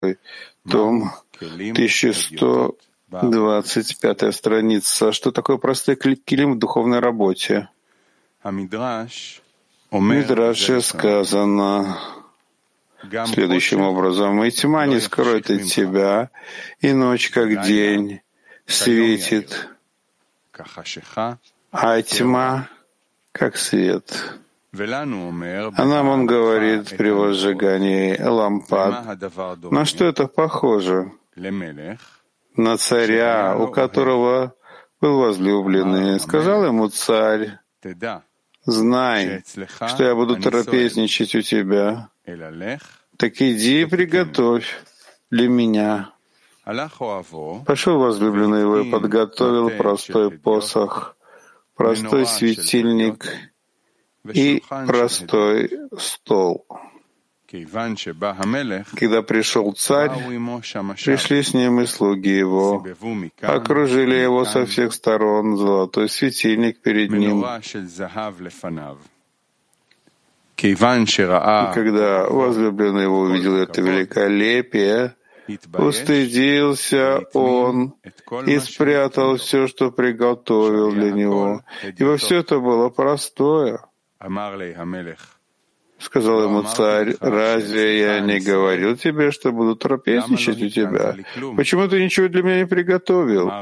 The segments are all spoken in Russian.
том 1125 страница. Что такое простой килим в духовной работе? В Мидраше сказано следующим образом: «И тьма не скроет от тебя, и ночь, как день, светит, а тьма, как свет». А нам он говорит при возжигании лампад. На что это похоже? На царя, у которого был возлюбленный. Сказал ему царь: «Знай, что я буду трапезничать у тебя. Так иди и приготовь для меня». Пошел возлюбленный его и подготовил простой посох, простой светильник и простой стол. Когда пришел царь, пришли с ним и слуги его, окружили его со всех сторон, золотой светильник перед ним. И когда возлюбленный его увидел это великолепие, устыдился он и спрятал все, что приготовил для него, ибо все это было простое. Сказал ему царь: «Разве я не говорил тебе, что буду трапезничать у тебя? Почему ты ничего для меня не приготовил?»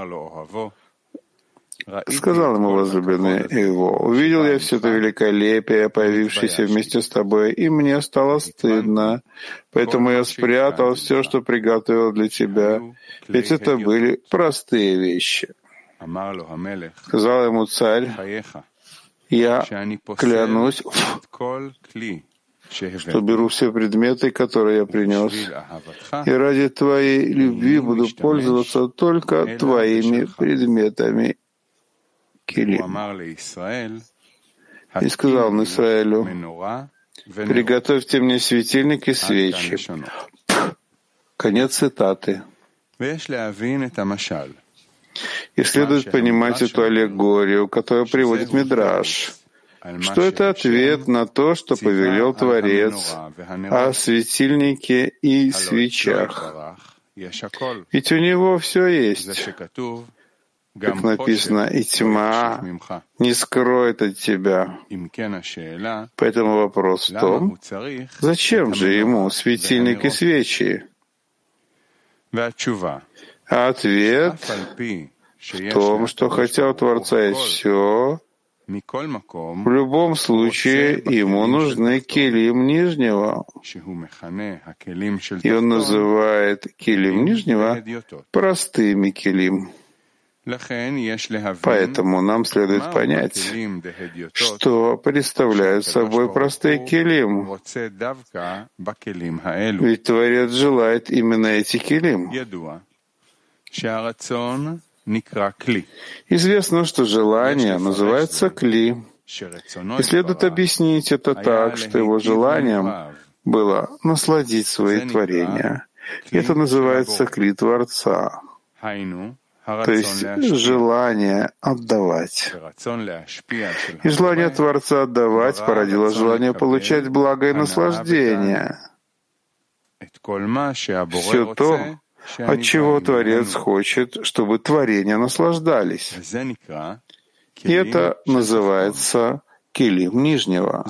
Сказал ему возлюбленный его: «Увидел я все это великолепие, появившееся вместе с тобой, и мне стало стыдно, поэтому я спрятал все, что приготовил для тебя, ведь это были простые вещи». Сказал ему царь: «Я клянусь, что беру все предметы, которые я принес, и ради твоей любви буду пользоваться только твоими предметами килим». И сказал он Израилю: «Приготовьте мне светильник и свечи». Конец цитаты. И следует понимать эту аллегорию, которую приводит Мидраш, что это ответ на то, что повелел Творец о светильнике и свечах. Ведь у него все есть. Как написано: «И тьма не скроет от тебя». Поэтому вопрос в том, зачем же ему светильник и свечи? А ответ в том, что хотя у Творца есть все, в любом случае ему нужны килим нижнего. И он называет килим нижнего простыми килим. Поэтому нам следует понять, что представляют собой простые килим. Ведь Творец желает именно эти килим. Известно, что желание называется кли. И следует объяснить это так, что его желанием было насладить свои творения. И это называется кли Творца. То есть желание отдавать. И желание Творца отдавать породило желание получать благо и наслаждение. Все то, от чего Творец хочет, чтобы творения наслаждались. И это называется килим нижнего.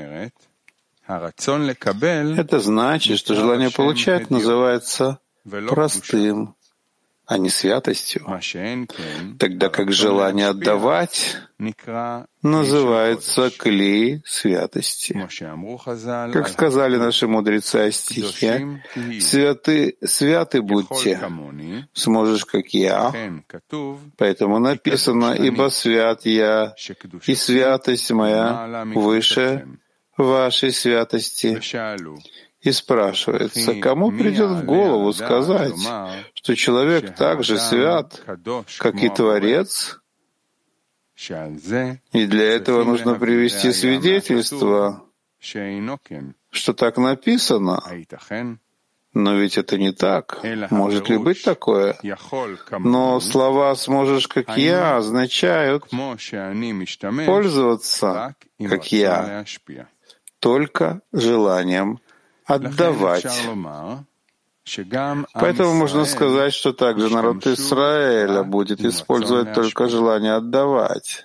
Это значит, что желание получать называется простым, а не святостью, тогда как желание отдавать называется кли святости. Как сказали наши мудрецы о стихе: «Святы будьте, сможешь, как я». Поэтому написано: «Ибо свят я, и святость моя выше вашей святости». И спрашивается, кому придет в голову сказать, что человек так же свят, как и Творец? И для этого нужно привести свидетельство, что так написано. Но ведь это не так. Может ли быть такое? Но слова «сможешь, как я» означают пользоваться, как я, только желанием отдавать. Поэтому можно сказать, что также народ Израиля будет использовать только желание отдавать,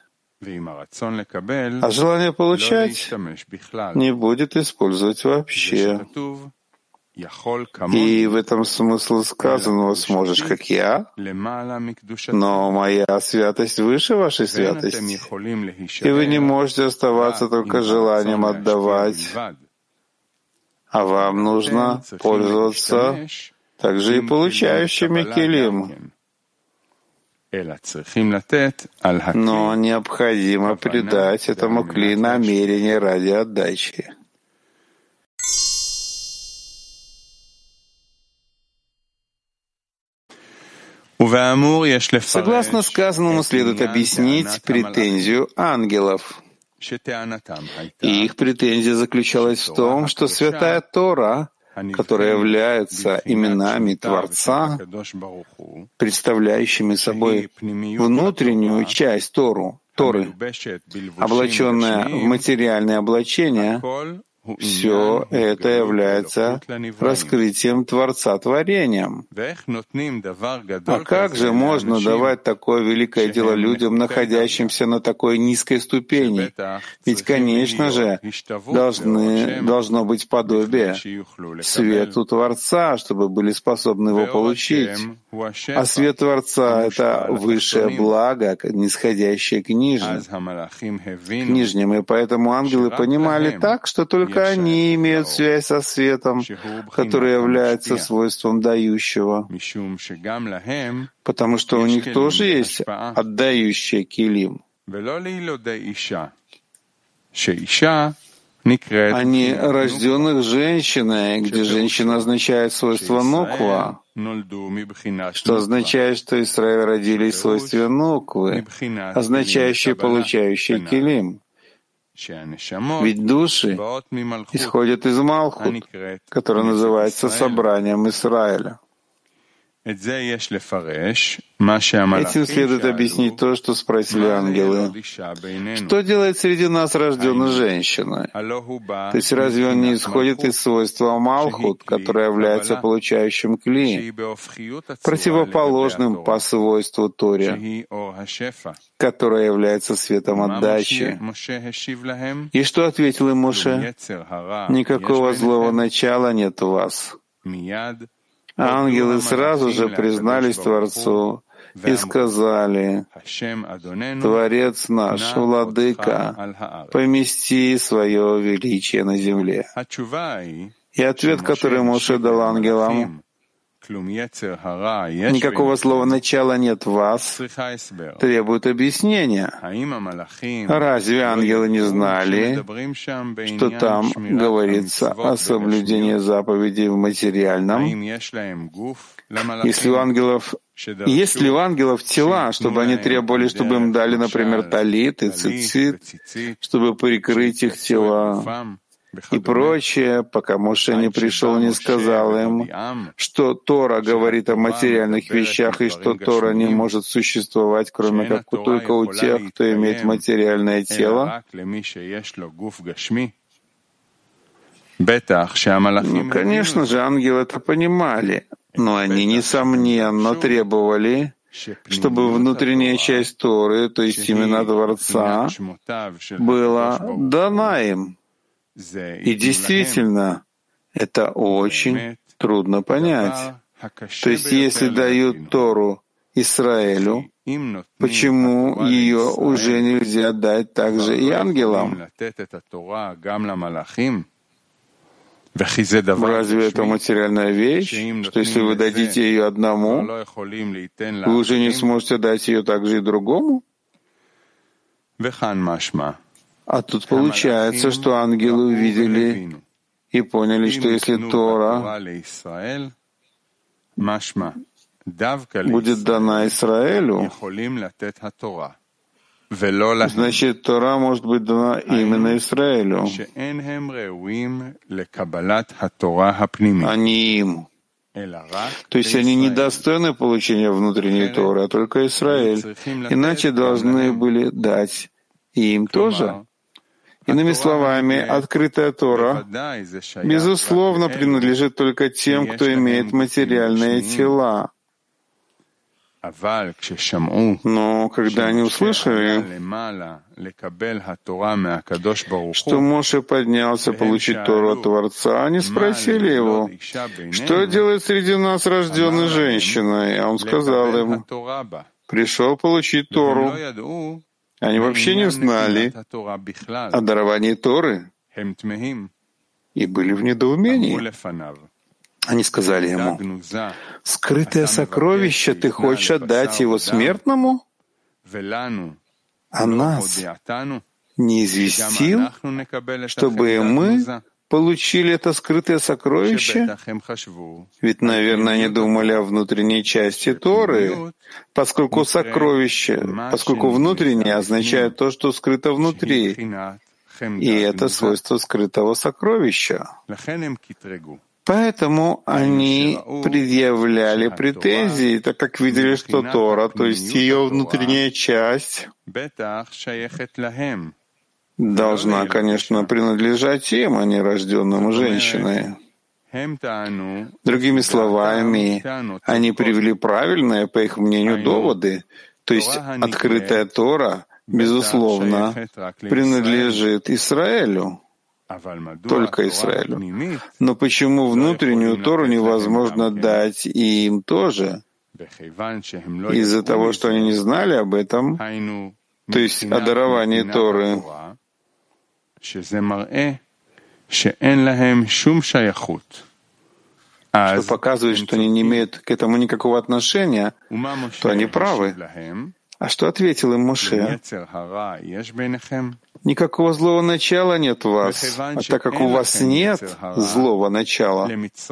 а желание получать не будет использовать вообще. И в этом смысл сказанного «сможешь, как я», но моя святость выше вашей святости, и вы не можете оставаться только желанием отдавать, а вам нужно пользоваться также и получающими килим. Но необходимо придать этому кли намерение ради отдачи. Согласно сказанному, следует объяснить претензию ангелов. И их претензия заключалась в том, что Святая Тора, которая является именами Творца, представляющими собой внутреннюю часть Торы, облаченная в материальное облачение, все это является раскрытием Творца творением. А как же можно давать такое великое дело людям, находящимся на такой низкой ступени? Ведь, конечно же, должно быть подобие свету Творца, чтобы были способны его получить. А свет Творца — это высшее благо, нисходящее к нижним. И поэтому ангелы понимали так, что только они имеют связь со светом, который является свойством дающего, потому что у них тоже есть отдающий килим. Они рожденных женщиной, где женщина означает свойство нуква, что означает, что Израиль родились в свойстве нуквы, означающей получающий килим. Ведь души исходят из Малхут, которое называется собранием Израиля. Этим следует объяснить то, что спросили ангелы. Что делает среди нас рожденной женщиной? То есть разве он не исходит из свойства Малхут, которое является получающим кли, противоположным по свойству Торе, которое является светом отдачи? И что ответил им Моше? Никакого злого начала нет в вас. Ангелы сразу же признались Творцу и сказали: «Творец наш, Владыка, помести свое величие на земле». И ответ, который Моше дал ангелам: «Никакого слова начала нет в вас», требует объяснения. Разве ангелы не знали, что там говорится о соблюдении заповедей в материальном? Есть ли у ангелов тела, чтобы они требовали, чтобы им дали, например, талит и цицит, чтобы прикрыть их тела и прочее, пока Моше не пришел и не сказал им, что Тора говорит о материальных вещах и что Тора не может существовать, кроме как только у тех, кто имеет материальное тело? Конечно же, ангелы это понимали, но они, несомненно, требовали, чтобы внутренняя часть Торы, то есть именно Творца, была дана им. И действительно, это очень трудно понять. То есть, если дают Тору Израилю, почему ее уже нельзя дать также и ангелам? Разве это материальная вещь, что если вы дадите ее одному, вы уже не сможете дать ее также и другому? А тут получается, что ангелы увидели и поняли, что если Тора будет дана Израилю, значит, Тора может быть дана именно Израилю, а не им. То есть они недостойны получения внутренней Торы, а только Израиль. Иначе должны были дать и им тоже. Иными словами, открытая Тора, безусловно, принадлежит только тем, кто имеет материальные тела. Но когда они услышали, что Моше поднялся получить Тору от Творца, они спросили его, что делает среди нас рожденной женщиной? А он сказал им, пришел получить Тору. Они вообще не знали о даровании Торы и были в недоумении. Они сказали ему, «Скрытое сокровище ты хочешь отдать его смертному? А нас не известил, чтобы и мы получили это скрытое сокровище?» Ведь, наверное, они думали о внутренней части Торы, поскольку внутреннее означает то, что скрыто внутри, и это свойство скрытого сокровища. Поэтому они предъявляли претензии, так как видели, что Тора, то есть ее внутренняя часть, должна, конечно, принадлежать им, а не рожденному женщиной. Другими словами, они привели правильные, по их мнению, доводы, то есть открытая Тора, безусловно, принадлежит Израилю, только Израилю. Но почему внутреннюю Тору невозможно дать и им тоже? Из-за того, что они не знали об этом, то есть о даровании Торы. Что показывает, что они не имеют к этому никакого отношения, то они правы. А что ответил им Моше? Никакого злого начала нет у вас, а так как у вас нет злого начала,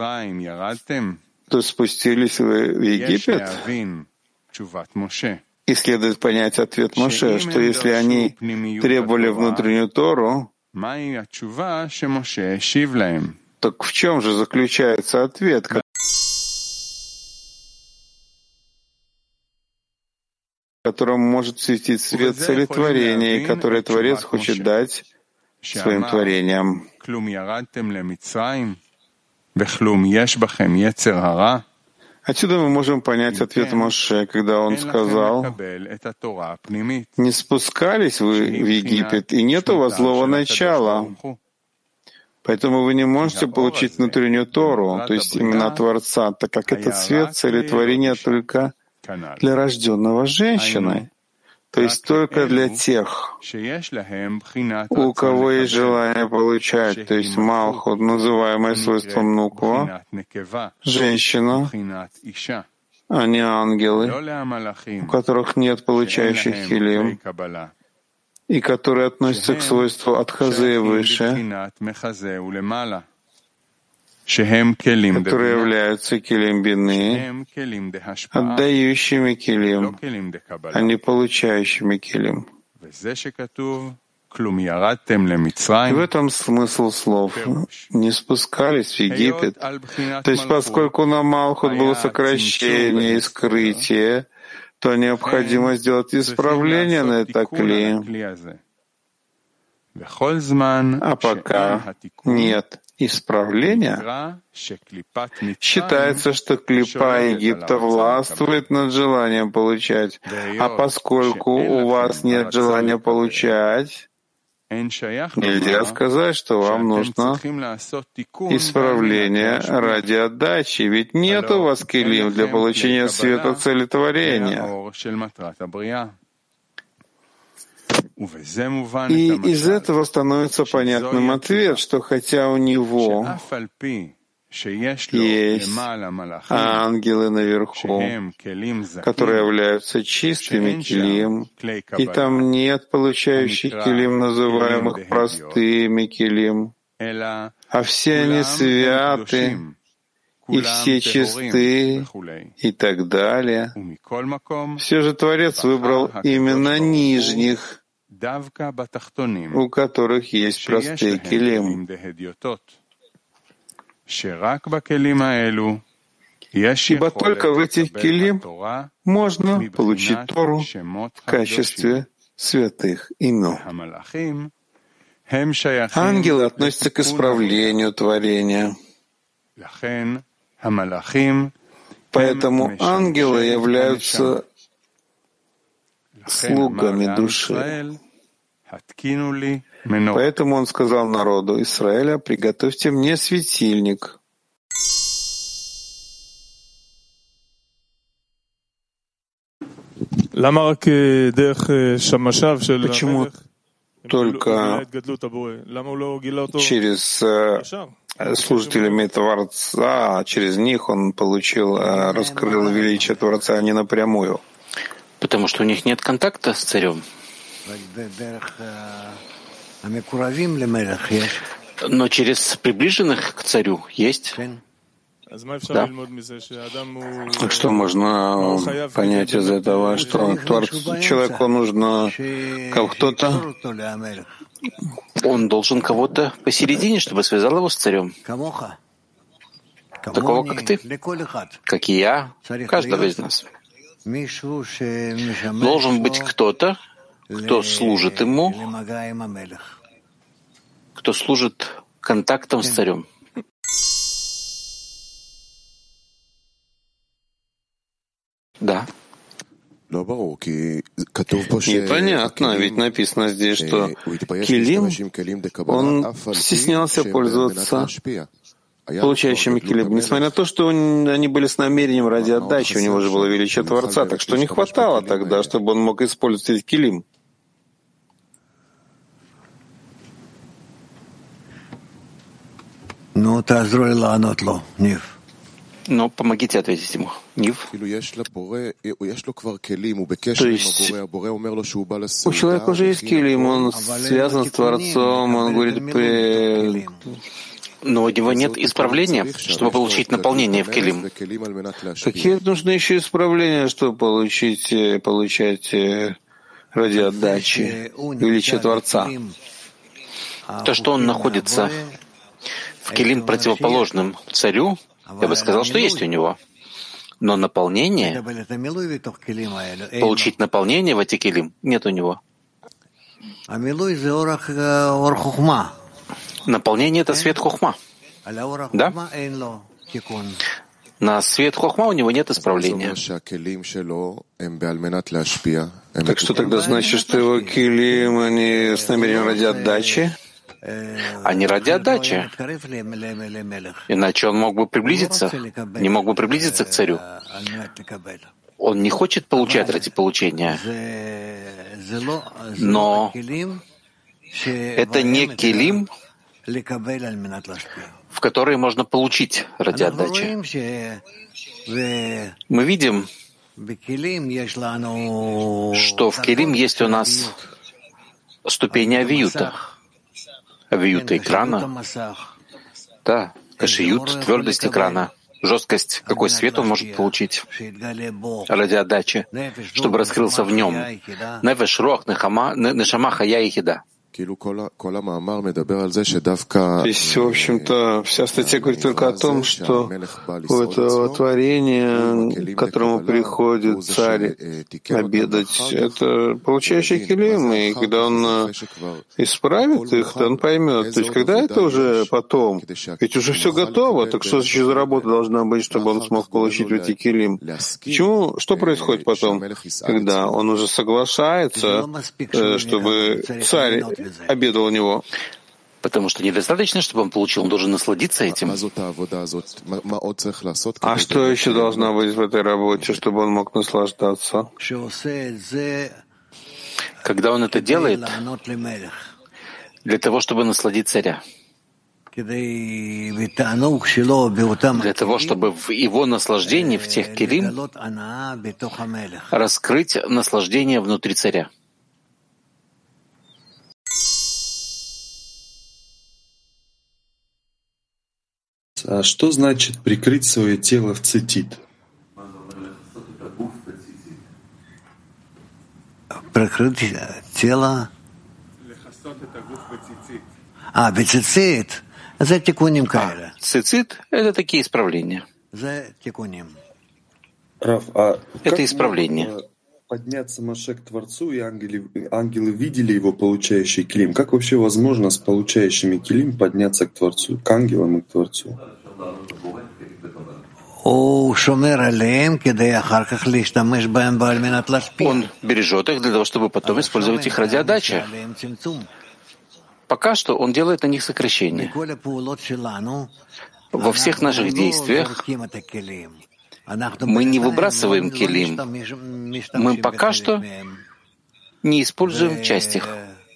то спустились вы в Египет. И следует понять ответ Моше, что если они требовали внутреннюю Тору, так в чем же заключается ответ, которым может светить свет целетворения, и который Творец хочет дать своим творениям? Отсюда мы можем понять ответ Моше, когда он сказал, «Не спускались вы в Египет, и нет у вас злого начала, поэтому вы не можете получить внутреннюю Тору, то есть именно Творца, так как этот свет целетворения только для рожденного женщиной, то есть только для тех, у кого есть желание получать, то есть Малхут, называемое свойством Нуква, женщина, а не ангелы, у которых нет получающих килим, и которые относятся к свойству от Хазея выше, которые являются килим бины, отдающими килим, а не получающими килим. И в этом смысл слов. Не спускались в Египет. То есть поскольку на Малхут было сокращение и скрытие, то необходимо сделать исправление на это кли. А пока нет исправления, считается, что клипа Египта властвует над желанием получать. А поскольку у вас нет желания получать, нельзя сказать, что вам нужно исправление ради отдачи, ведь нет у вас килим для получения света целетворения. И из этого становится понятным ответ, что хотя у него есть ангелы наверху, которые являются чистыми килим, и там нет получающих килим, называемых простыми килим, а все они святы, и все чисты, и так далее. Все же Творец выбрал именно нижних, у которых есть простые килим. Ибо только в этих килим можно получить Тору в качестве святых имен. Ангелы относятся к исправлению творения. Поэтому ангелы являются слугами души. Поэтому он сказал народу Израиля: «Приготовьте мне светильник». Почему только через служителями Творца, через них он раскрыл величие Творца, а не напрямую? Потому что у них нет контакта с царем. Но через приближенных к царю есть. Да. Что можно понять из этого, что человеку нужно кто-то? Он должен кого-то посередине, чтобы связал его с царем. Такого, как ты, как и я, каждого из нас. Должен быть кто-то, кто служит ему, кто служит контактом с царем. Да. Непонятно, ведь написано здесь, что Килим, он стеснялся пользоваться получающими Килим. Несмотря на то, что они были с намерением ради отдачи, у него же было величие Творца, так что не хватало тогда, чтобы он мог использовать эти Килим. Но помогите ответить ему. Нив. То есть у человека уже есть Килим, он связан с Творцом, он говорит... Но у него нет исправления, чтобы получить наполнение в Килим. Какие нужны еще исправления, чтобы получать ради отдачи величие Творца? То, что он находится в Килим противоположным царю, я бы сказал, что есть у него. Но наполнение, получить наполнение в эти Килим, нет у него. Наполнение — это свет хохма. Да? На свет хохма у него нет исправления. Так что тогда значит, что его Килим, они с намерением ради отдачи? А не ради отдачи. Иначе он мог бы приблизиться, не мог бы приблизиться к царю. Он не хочет получать ради получения. Но это не Килим, в которые можно получить ради отдачи. Мы видим, что в Килим есть у нас ступени авиюта. Авиюта экрана, да, кашиют, твердость экрана, жесткость, какой свет он может получить ради отдачи, чтобы раскрылся в нем. Нефеш, руах, нешама, хая и хида. То есть, в общем-то, вся статья говорит только о том, что у этого творения, к которому приходит царь обедать, это получающий Килим, и когда он исправит их, то он поймет. То есть, когда это уже потом, ведь уже все готово, так что еще за работа должна быть, чтобы он смог получить эти Килим? Почему? Что происходит потом, когда он уже соглашается, чтобы царь обедал у него? Потому что недостаточно, чтобы он получил, он должен насладиться этим. А что еще должно быть в этой работе, чтобы он мог наслаждаться? Когда он это делает, для того, чтобы насладить царя. Для того, чтобы в его наслаждении, в тех Килим, раскрыть наслаждение внутри царя. А что значит прикрыть свое тело в цитит? Прикрыть тело. Бецицит. Это тикуним кайра. Цицит — это такие исправления. Раф, Это исправление. подняться Моше к Творцу, и ангелы видели его получающий килим. Как вообще возможно с получающими килим подняться к Творцу, к ангелам и к Творцу? Он бережет их для того, чтобы потом использовать их ради отдачи. Пока что он делает на них сокращение. Во всех наших действиях мы не выбрасываем килим. Мы пока что не используем часть их.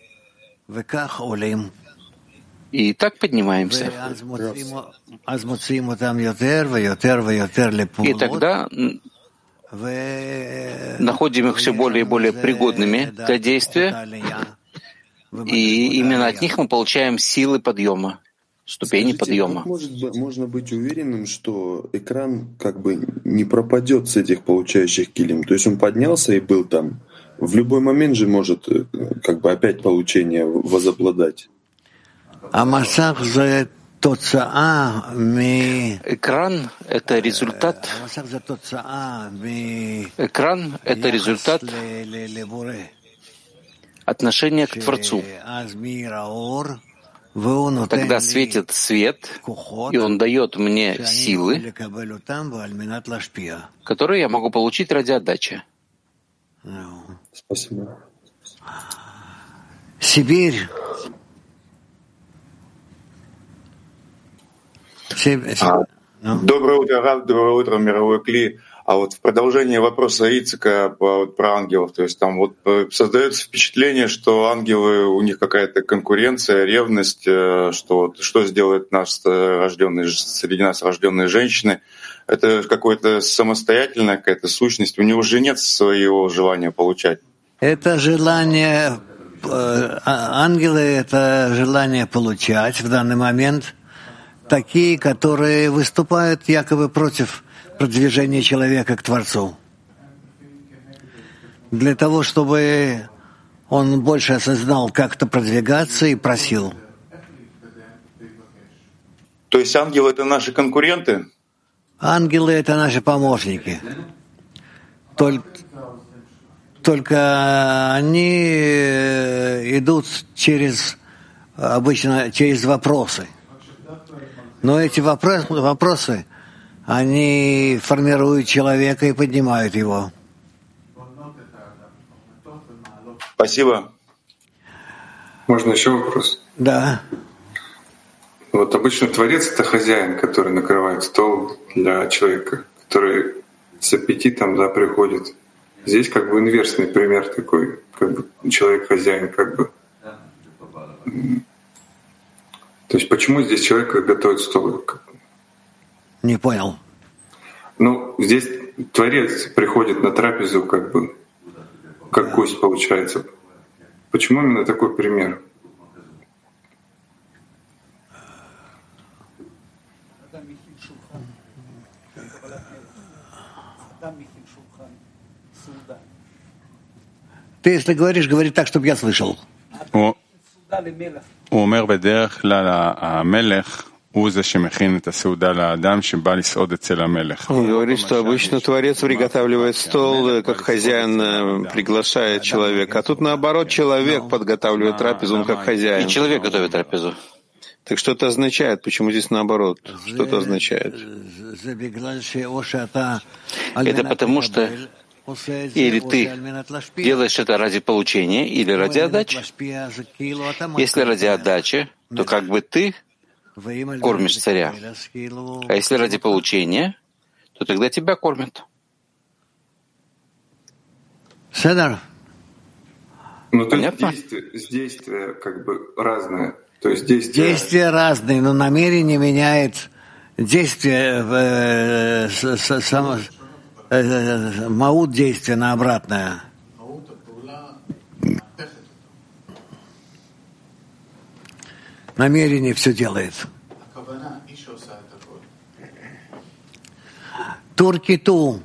И так поднимаемся. И тогда находим их все более и более пригодными для действия. И именно от них мы получаем силы подъема, ступени подъема. Можно быть уверенным, что экран как бы не пропадет с этих получающих килим. То есть он поднялся и был там. В любой момент же может как бы опять получение возобладать. Экран — это результат. Экран — это результат отношения к Творцу. Тогда светит свет, и он дает мне силы, которые я могу получить ради отдачи. Спасибо. Сибирь. Доброе утро, Рав, доброе утро, мировой Кли. А вот в продолжение вопроса Ицека про ангелов, то есть там вот создается впечатление, что ангелы, у них какая-то конкуренция, ревность, что сделает нас среди нас рожденные женщины. Это какое-то самостоятельная какая-то сущность, у него же нет своего желания получать. Это желание, ангелы — это желание получать в данный момент, такие, которые выступают якобы против продвижения человека к Творцу. Для того, чтобы он больше осознал, как это продвигаться, и просил. То есть ангелы — это наши конкуренты? Ангелы — это наши помощники. Только они идут обычно через вопросы. Но эти вопросы, они формируют человека и поднимают его. Спасибо. Можно еще вопрос? Да. Вот обычно Творец — это хозяин, который накрывает стол для человека, который с аппетитом приходит. Здесь как бы инверсный пример такой, как бы человек-хозяин, как бы. То есть почему здесь человек готовит стол? Не понял. Ну, здесь Творец приходит на трапезу как бы, как гость получается. Почему именно такой пример? Ты, если говоришь, говори так, чтобы я слышал. הוא אומר בדרך כלל המלך הוא זה שמכין את הסעודה לאדם שבא לסעוד אצל המלך. Он говорит, что обычно Творец приготавливает стол, как хозяин приглашает человека. А тут наоборот, человек подготавливает трапезу, он как хозяин. И человек готовит трапезу. Так что это означает? Почему здесь наоборот? Что это означает? Это потому что или ты делаешь это ради получения, или ради отдачи. Если ради отдачи, то как бы ты кормишь царя. А если ради получения, то тогда тебя кормят. Ну, то есть действия как бы разные. То есть действия разные, но намерение меняет действие маут действия на обратное. Намерение все делает. Турки-ту.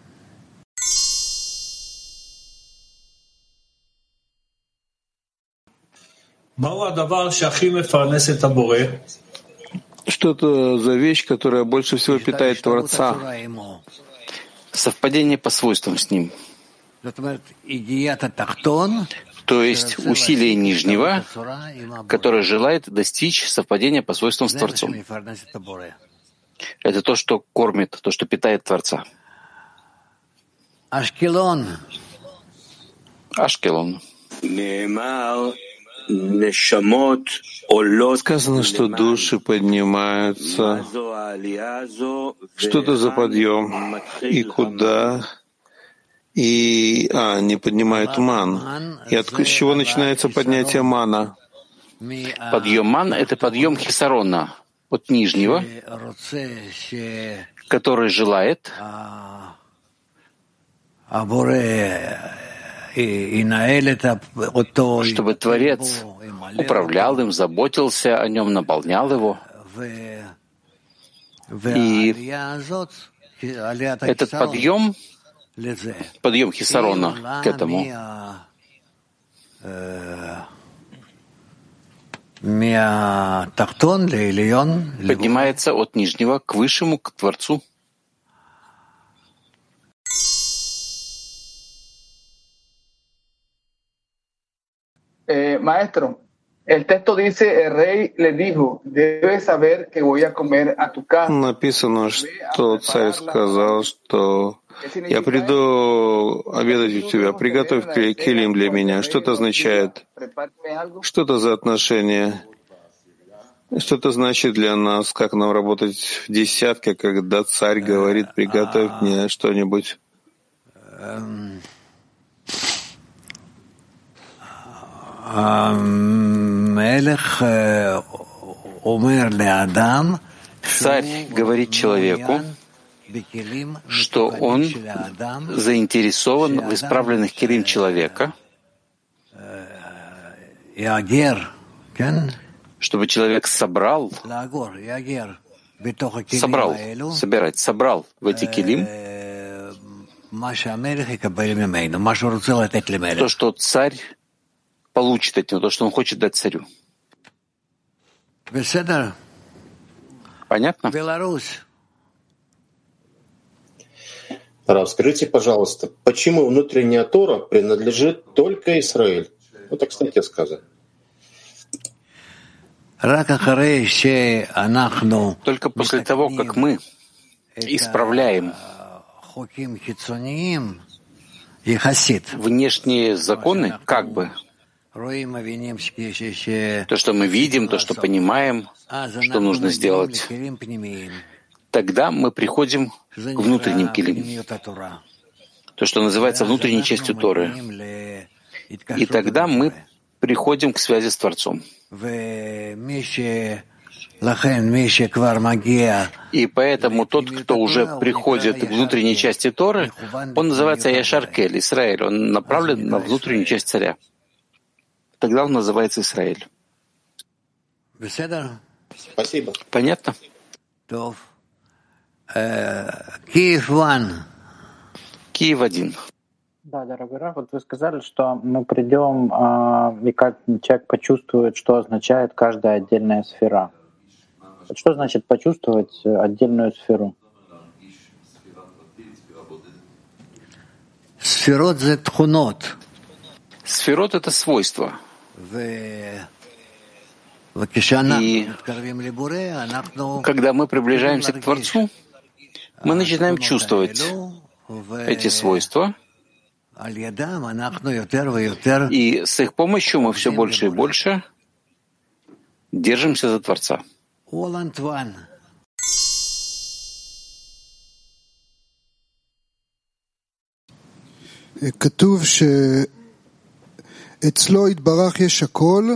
Что это за вещь, которая больше всего питает Творца? Совпадение по свойствам с ним. То есть усилие нижнего, которое желает достичь совпадения по свойствам с Творцом. Это то, что кормит, то, что питает Творца. Ашкелон. Сказано, что души поднимаются. Что это за подъем? И куда? Не поднимают ман. И с чего начинается поднятие мана? Подъем ман — это подъем хисарона от нижнего, который желает, чтобы Творец управлял им, заботился о нем, наполнял его. И этот подъем хисарона к этому, поднимается от нижнего к высшему, к Творцу. Maestro, el texto dice, el rey le dijo, debes saber que voy a comer a tu casa. Написано, что царь сказал, что я приду обедать у тебя, приготовь килим для меня. Что это означает? Что это за отношение? Что это значит для нас, как нам работать в десятке, когда царь говорит, приготовь мне что-нибудь? Царь говорит человеку, что он заинтересован в исправленных килим человека, чтобы человек собрал в эти килим то, что царь получит от него, то, что он хочет дать царю. Понятно? Рав, скажите, пожалуйста, почему внутренняя Тора принадлежит только Израилю? Это, кстати, сказано. Только после того, как мы исправляем внешние законы, как бы, то, что мы видим, то, что понимаем, что нужно сделать, тогда мы приходим к внутренним килим, то, что называется внутренней частью Торы. И тогда мы приходим к связи с Творцом. И поэтому тот, кто уже приходит к внутренней части Торы, он называется Яшар-Кель, Израиль, он направлен на внутреннюю часть царя. Тогда он называется Израиль. Спасибо. Понятно? Киев-1. Да, дорогой Рав, вот вы сказали, что мы придем, и как человек почувствует, что означает каждая отдельная сфера. Вот что значит почувствовать отдельную сферу? Сферот — это тхунот. Сферот — это свойство. И когда мы приближаемся к Творцу, мы начинаем чувствовать эти свойства, и с их помощью мы все больше и больше держимся за Творца. כתוב שאצלו יתברך יש הכל.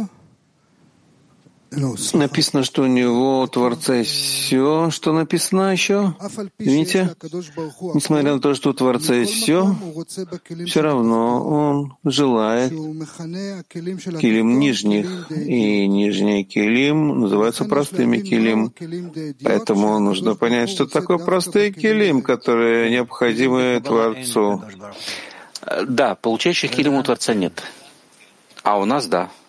Написано, что у него, у Творца, есть все, что написано еще. Видите? Несмотря на то, что у Творца есть все равно он желает килим нижних. И нижние килим называются простыми килим. Поэтому нужно понять, что такое простые килим, которые необходимы Творцу. Да, получающих килим у Творца нет. А у нас — да.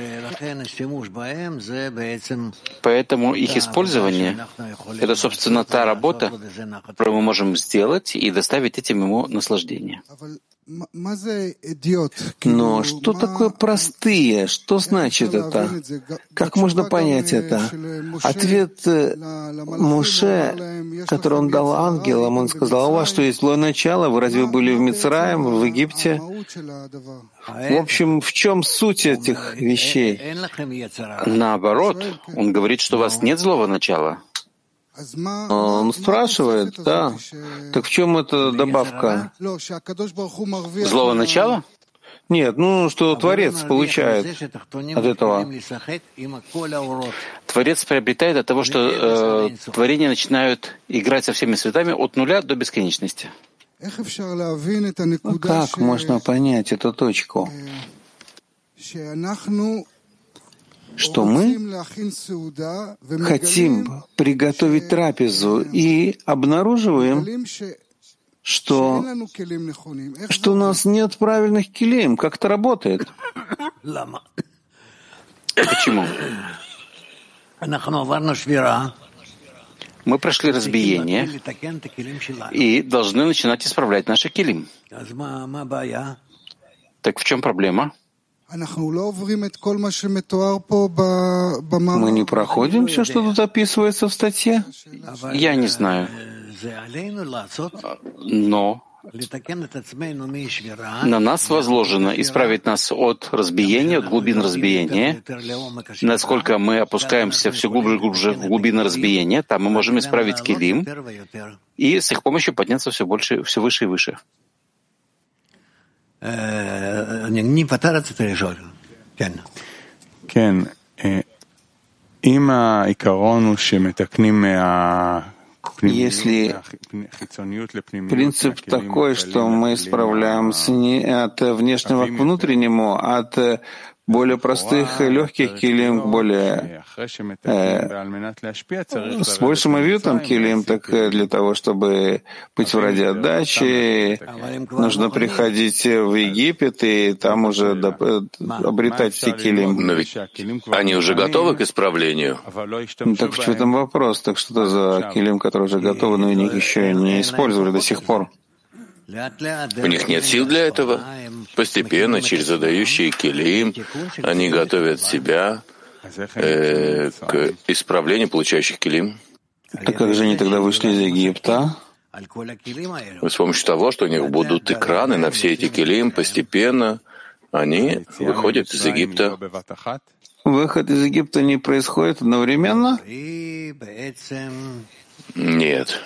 Поэтому их использование — это, собственно, та работа, которую мы можем сделать и доставить этим ему наслаждение. Но что такое простые? Что значит это? Как можно понять это? Ответ Моше, который он дал ангелам, он сказал: у вас что, есть злое начало? Вы разве были в Мицраим, в Египте? В общем, в чем суть этих вещей? Наоборот, он говорит, что у вас нет злого начала. Он спрашивает, да. Так в чем эта добавка? Злого начала? Нет, что Творец получает от этого. Творец приобретает от того, что творения начинают играть со всеми цветами от нуля до бесконечности. Как можно понять эту точку? Что мы хотим приготовить трапезу и обнаруживаем, что у нас нет правильных килим. Как это работает? Почему? Мы прошли разбиение и должны начинать исправлять наши килим. Так в чем проблема? Мы не проходим все, что тут описывается в статье? Я не знаю. Но на нас возложено исправить нас от разбиения, от глубин разбиения. Насколько мы опускаемся все глубже и глубже в глубины разбиения, там мы можем исправить килим и с их помощью подняться все больше, все выше и выше. כן, אם העיקרון הוא שמתקנים Если принцип такой, что мы исправляемся не от внешнего к внутреннему, от более простых и легких килим к более с большим авиутом килим, так для того, чтобы быть в ради отдачи, нужно приходить в Египет и там уже обретать эти килим. Но ведь они уже готовы к исправлению. Так в этом вопрос. Так что это за килим, которые уже готовы, но их еще не использовали до сих пор? У них нет сил для этого. Постепенно, через задающие килим, они готовят себя к исправлению получающих килим. А как же они тогда вышли из Египта? С помощью того, что у них будут экраны на все эти килим, постепенно они выходят из Египта. Выход из Египта не происходит одновременно? Нет.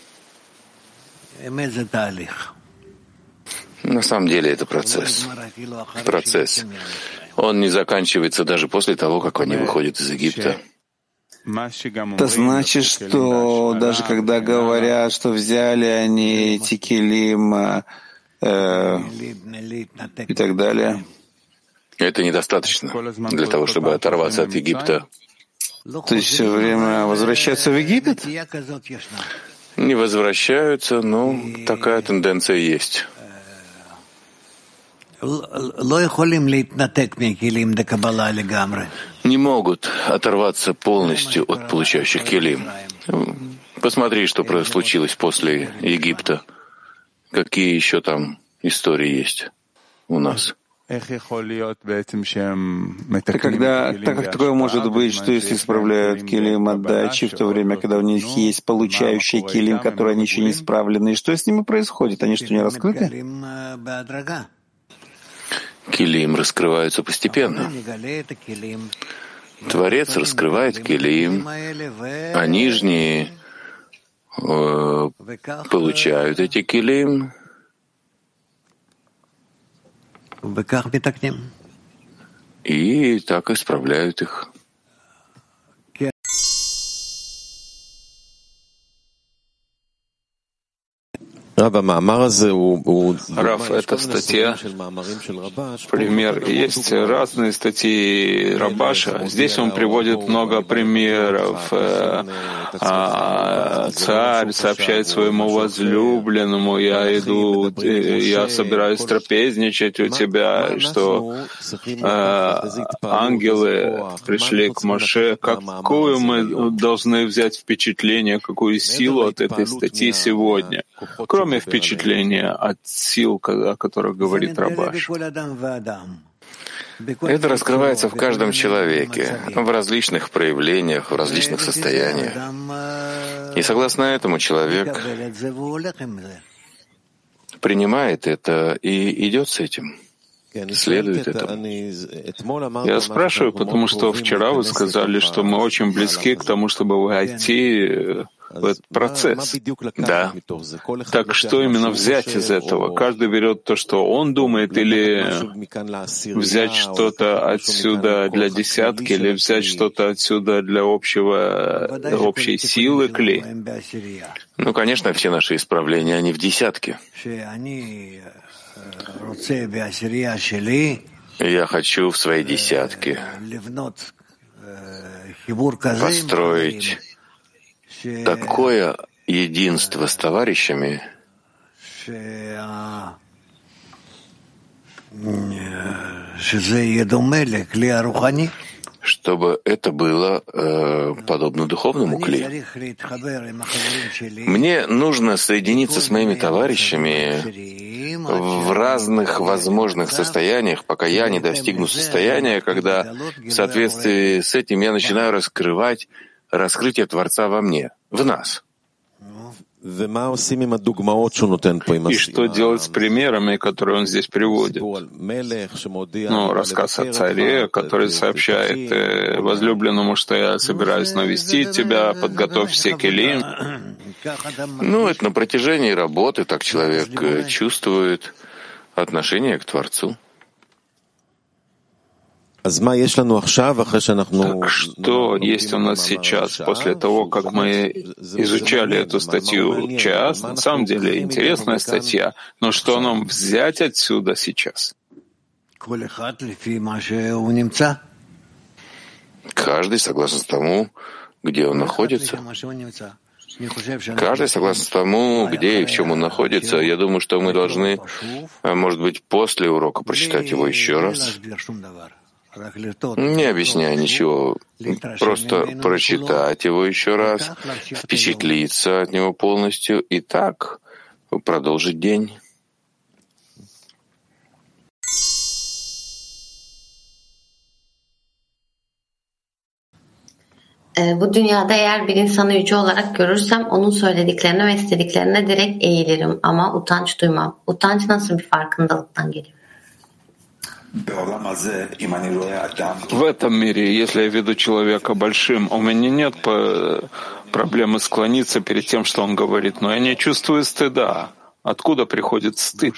На самом деле это процесс. Процесс. Он не заканчивается даже после того, как они выходят из Египта. Это значит, что даже когда говорят, что взяли они эти килим и так далее, это недостаточно для того, чтобы оторваться от Египта. То есть все время возвращаться в Египет? Не возвращаются, но такая тенденция есть. Не могут оторваться полностью от получающих килим. Посмотри, что случилось после Египта. Какие еще там истории есть у нас. Так как такое может быть, что если исправляют килим отдачи, в то время, когда у них есть получающие килим, которые они еще не исправлены, и что с ними происходит? Они что, не раскрыты? Килим раскрываются постепенно. Творец раскрывает килим, а нижние получают эти килим, и так исправляют их. Рав, эта статья, пример, есть разные статьи Рабаша. Здесь он приводит много примеров. Царь сообщает своему возлюбленному: я иду, я собираюсь трапезничать у тебя, что ангелы пришли к Моше. Какую мы должны взять впечатление, какую силу от этой статьи сегодня? Кроме сами впечатления от сил, о которых говорит Рабаш. Это раскрывается в каждом человеке, в различных проявлениях, в различных состояниях. И согласно этому человек принимает это и идет с этим, следует этому. Я спрашиваю, потому что вчера вы сказали, что мы очень близки к тому, чтобы войти в этот процесс. Да. Так что именно взять из этого? Каждый берет то, что он думает, или взять что-то отсюда для десятки, или взять что-то отсюда для общей силы кли? Ну, конечно, все наши исправления, они в десятке. Я хочу в своей десятке построить такое единство с товарищами, чтобы это было подобно духовному кли. Мне нужно соединиться с моими товарищами в разных возможных состояниях, пока я не достигну состояния, когда в соответствии с этим я начинаю раскрывать раскрытие Творца во мне, в нас. И что делать с примерами, которые он здесь приводит? Рассказ о царе, который сообщает возлюбленному, что я собираюсь навестить тебя, подготовь все келим. Это на протяжении работы так человек чувствует отношение к Творцу. Так что есть у нас сейчас, после того, как мы изучали эту статью час? На самом деле интересная статья, но что нам взять отсюда сейчас? Каждый согласно тому, где он находится. Каждый согласно тому, где и в чем он находится. Я думаю, что мы должны, может быть, после урока прочитать его еще раз. Не объясняя ничего, просто прочитать его еще раз, впечатлиться от него полностью и так продолжить день. Bu dünyada eğer bir insanı yüce olarak görürsem onun söylediklerine ve istediklerine direkt eğilirim ama utanç duymam. Utanç nasıl bir farkındalıktan geliyor? В этом мире, если я веду человека большим, у меня нет проблемы склониться перед тем, что он говорит, но я не чувствую стыда. Откуда приходит стыд?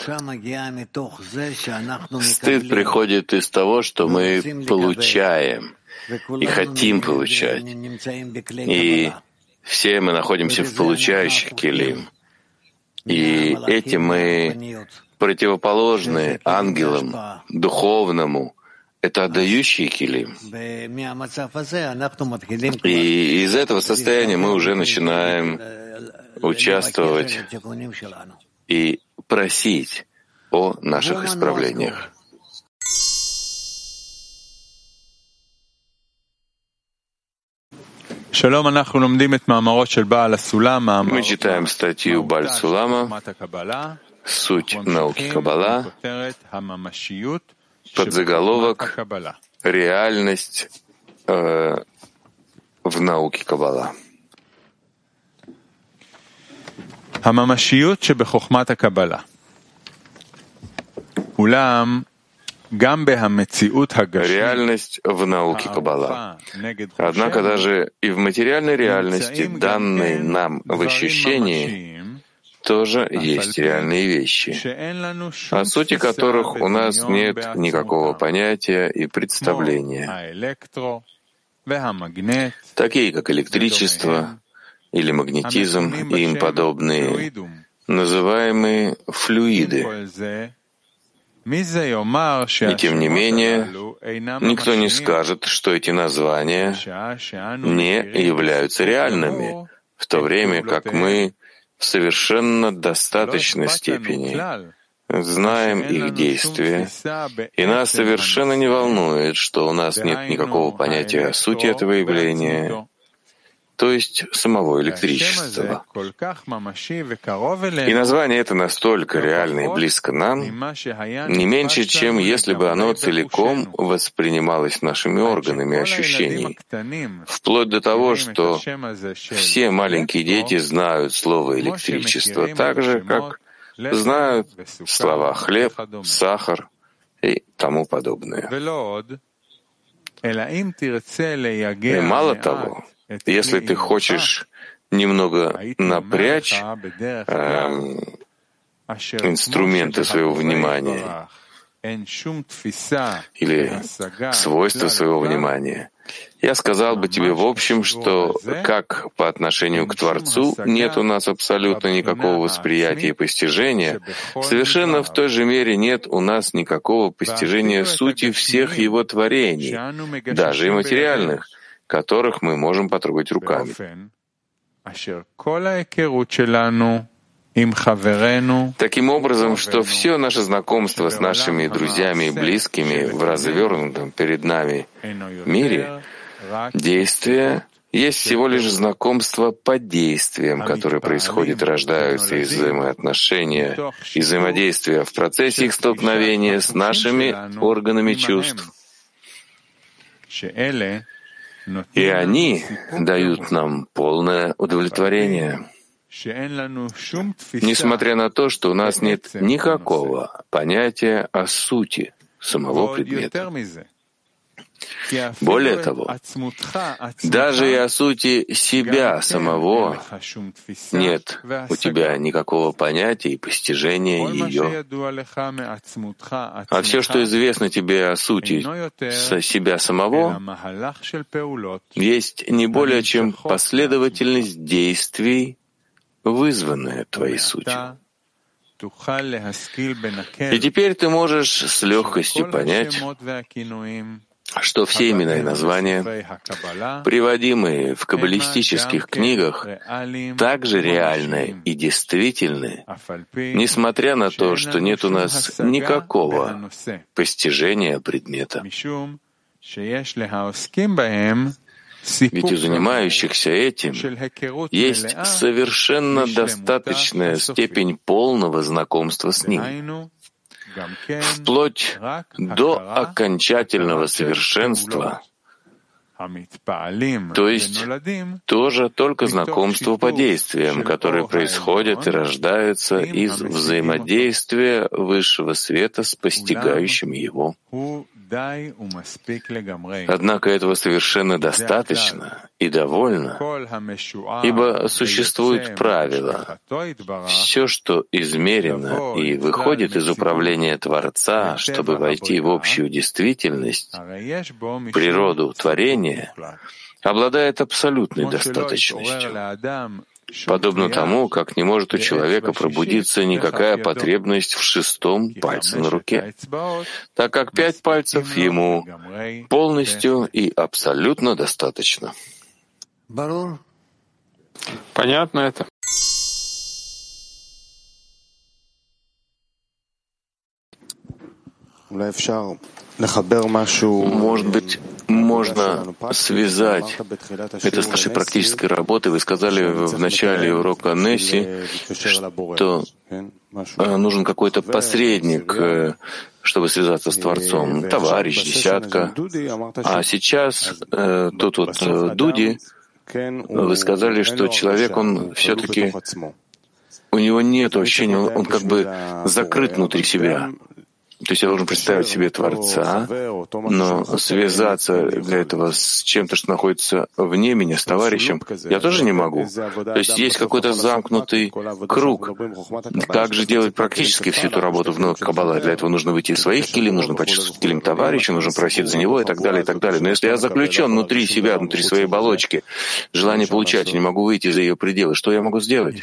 Стыд приходит из того, что мы получаем и хотим получать. И все мы находимся в получающих келим. И этим мы противоположны ангелам, духовному. Это отдающие келим. И из этого состояния мы уже начинаем участвовать и просить о наших исправлениях. Мы читаем статью Бааль Сулама «Суть науки Каббала», подзаголовок «Реальность в науке Каббала». Реальность в науке Каббала. Однако даже и в материальной реальности, данной нам в ощущении, тоже есть реальные вещи, о сути которых у нас нет никакого понятия и представления, такие как электричество или магнетизм и им подобные, называемые флюиды. И тем не менее, никто не скажет, что эти названия не являются реальными, в то время как мы в совершенно достаточной степени знаем их действия, и нас совершенно не волнует, что у нас нет никакого понятия о сути этого явления то есть самого электричества. И название это настолько реально и близко нам, не меньше, чем если бы оно целиком воспринималось нашими органами ощущений, вплоть до того, что все маленькие дети знают слово «электричество», так же, как знают слова «хлеб», «сахар» и тому подобное. И мало того, если ты хочешь немного напрячь инструменты своего внимания или свойства своего внимания, я сказал бы тебе в общем, что как по отношению к Творцу нет у нас абсолютно никакого восприятия и постижения, совершенно в той же мере нет у нас никакого постижения сути всех Его творений, даже и материальных, которых мы можем потрогать руками. Таким образом, что все наше знакомство с нашими друзьями и близкими в развернутом перед нами мире, действия есть всего лишь знакомство по действиям, которые происходят и рождаются из взаимоотношения и взаимодействия в процессе их столкновения с нашими органами чувств. И они дают нам полное удовлетворение, несмотря на то, что у нас нет никакого понятия о сути самого предмета. Более того, даже и о сути себя самого нет у тебя никакого понятия и постижения ее. А все, что известно тебе о сути себя самого, есть не более чем последовательность действий, вызванная твоей сутью. И теперь ты можешь с легкостью понять, что все имена и названия, приводимые в каббалистических книгах, также реальны и действительны, несмотря на то, что нет у нас никакого постижения предмета. Ведь у занимающихся этим есть совершенно достаточная степень полного знакомства с ним, вплоть до окончательного совершенства, то есть тоже только знакомство по действиям, которые происходят и рождаются из взаимодействия высшего света с постигающим его. Однако этого совершенно достаточно и довольно, ибо существует правило: все, что измерено и выходит из управления Творца, чтобы войти в общую действительность, природу творения, обладает абсолютной достаточностью. Подобно тому, как не может у человека пробудиться никакая потребность в 6-м пальце на руке, так как 5 пальцев ему полностью и абсолютно достаточно. Понятно это? Может быть, можно связать это с нашей практической работой. Вы сказали в начале урока Несси, что нужен какой-то посредник, чтобы связаться с Творцом, товарищ, десятка. А сейчас тут вот Дуди, вы сказали, что человек, он все-таки, у него нет ощущения, он как бы закрыт внутри себя. То есть я должен представить себе Творца, но связаться для этого с чем-то, что находится вне меня, с товарищем, я тоже не могу. То есть есть какой-то замкнутый круг. Как же делать практически всю эту работу в Каббала? Для этого нужно выйти из своих килим, нужно почувствовать килим товарища, нужно просить за него и так далее, и так далее. Но если я заключен внутри себя, внутри своей оболочки, желание получать, я не могу выйти за ее пределы, что я могу сделать?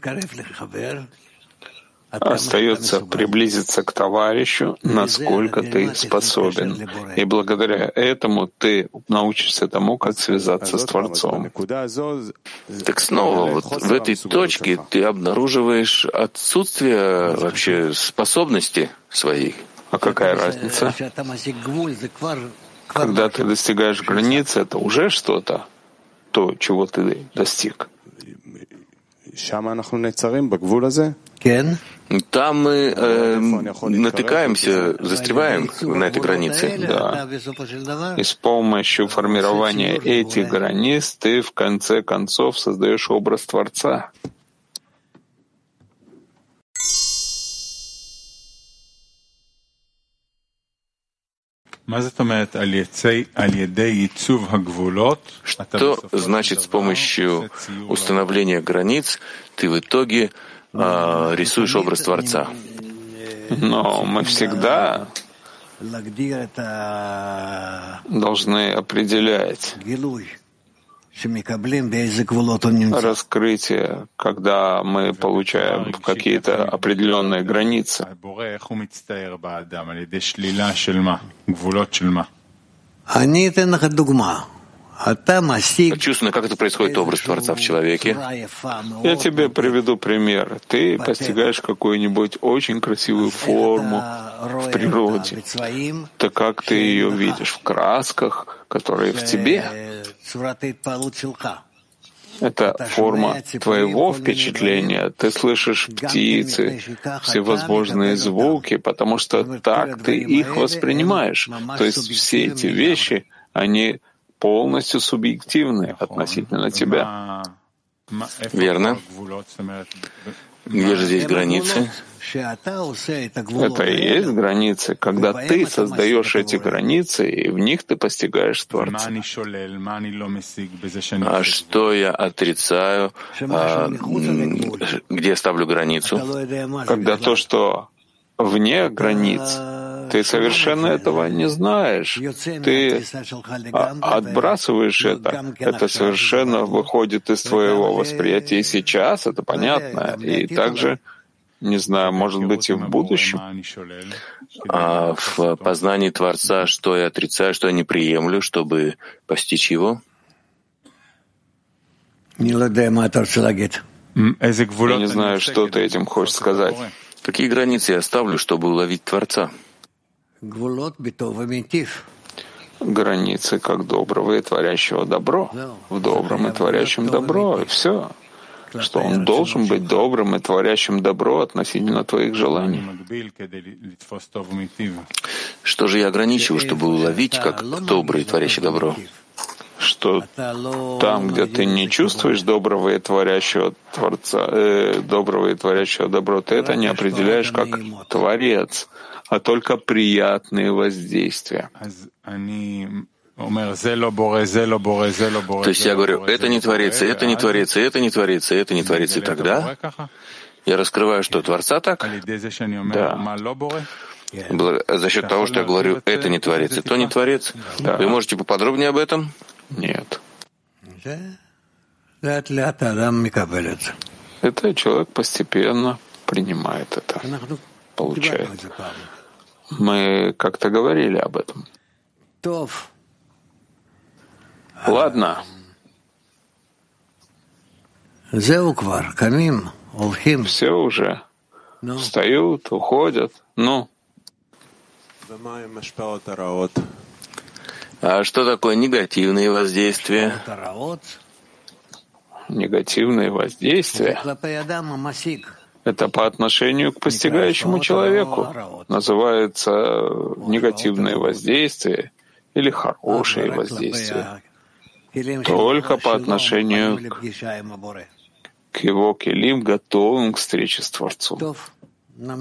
Остается приблизиться к товарищу, насколько ты способен. И благодаря этому ты научишься тому, как связаться с Творцом. Так снова, вот в этой точке ты обнаруживаешь отсутствие вообще способности своих. А какая разница? Когда ты достигаешь границы, это уже что-то. то, чего ты достиг. Там мы натыкаемся, застреваем на этой границе. Да. И с помощью формирования этих границ ты в конце концов создаешь образ Творца. Что значит с помощью установления границ ты в итоге рисуешь образ Творца? Но мы всегда должны определять раскрытие, когда мы получаем какие-то определенные границы. Чувствую, как это происходит, образ Творца в человеке. Я тебе приведу пример. Ты постигаешь какую-нибудь очень красивую форму в природе. Так как ты ее видишь в красках, которые в тебе? Это форма твоего впечатления. Ты слышишь птицы, всевозможные звуки, потому что так ты их воспринимаешь. То есть все эти вещи, они полностью субъективны относительно тебя. Верно. Где же здесь границы? Это и есть границы, когда ты создаешь эти границы, и в них ты постигаешь Творца. А что я отрицаю? Где ставлю границу? Когда то, что вне границ, ты совершенно этого не знаешь. Ты отбрасываешь это. Это совершенно выходит из твоего восприятия сейчас, это понятно. И также, не знаю, может быть, и в будущем. А в познании Творца, что я отрицаю, что я не приемлю, чтобы постичь его? Я не знаю, что ты этим хочешь сказать. Какие границы я ставлю, чтобы уловить Творца? Границы как доброго и творящего добро. В добром и творящем добро, и все. Что он должен быть добрым и творящим добро относительно твоих желаний. Что же я ограничиваю, чтобы уловить как добрый и творящий добро? Что там, где ты не чувствуешь доброго и творящего Творца, доброго и творящего добро, ты это не определяешь как Творец, а только приятные воздействия. То есть я говорю, это не творится, это не творится, это не творится, это не творится, и тогда я раскрываю, что Творца так? Да. За счет того, что я говорю, это не творится, то не творится. Да. Вы можете поподробнее об этом? Нет. Это человек постепенно принимает это, получает. Мы как-то говорили об этом. Ладно. Все уже встают, уходят. Ну. А что такое негативные воздействия? Негативные воздействия — это по отношению к постигающему человеку. Называется негативные воздействия или хорошие воздействия. Только по отношению к его келим, готовым к встрече с Творцом.